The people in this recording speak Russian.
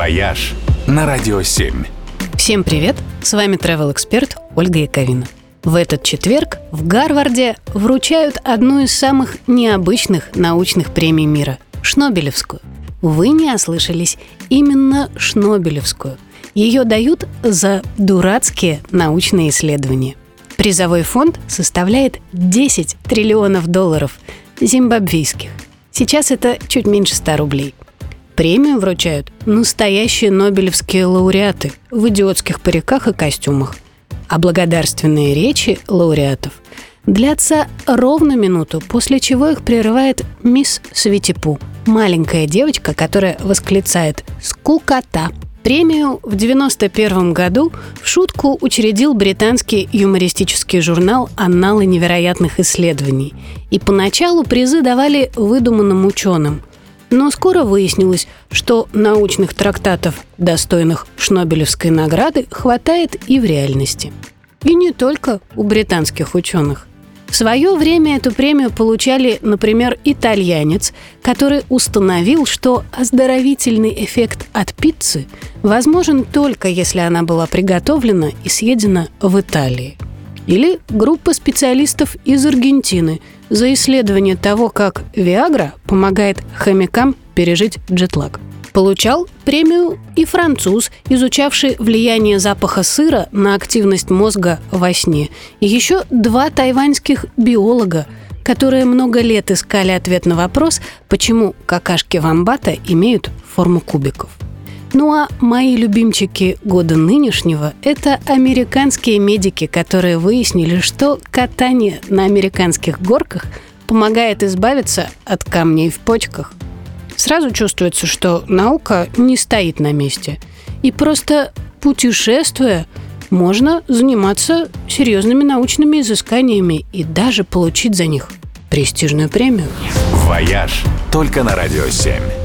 «Вояж» на Радио 7. Всем привет! С вами travel-эксперт Ольга Яковина. В этот четверг в Гарварде вручают одну из самых необычных научных премий мира – Шнобелевскую. Вы не ослышались, именно Шнобелевскую. Ее дают за дурацкие научные исследования. Призовой фонд составляет 10 триллионов долларов зимбабвийских. Сейчас это чуть меньше 100 рублей. Премию вручают настоящие нобелевские лауреаты в идиотских париках и костюмах. А благодарственные речи лауреатов длятся ровно минуту, после чего их прерывает мисс Светипу, маленькая девочка, которая восклицает «Скукота!». Премию в 1991 году в шутку учредил британский юмористический журнал «Анналы невероятных исследований». И поначалу призы давали выдуманным ученым. Но скоро выяснилось, что научных трактатов, достойных Шнобелевской награды, хватает и в реальности. И не только у британских ученых. В свое время эту премию получали, например, итальянец, который установил, что оздоровительный эффект от пиццы возможен только если она была приготовлена и съедена в Италии. Или группа специалистов из Аргентины за исследование того, как Виагра помогает хомякам пережить джетлаг. Получал премию и француз, изучавший влияние запаха сыра на активность мозга во сне. И еще 2 тайваньских биолога, которые много лет искали ответ на вопрос, почему какашки вомбата имеют форму кубиков. Ну а мои любимчики года нынешнего – это американские медики, которые выяснили, что катание на американских горках помогает избавиться от камней в почках. Сразу чувствуется, что наука не стоит на месте. И просто путешествуя, можно заниматься серьезными научными изысканиями и даже получить за них престижную премию. «Вояж» только на Радио 7.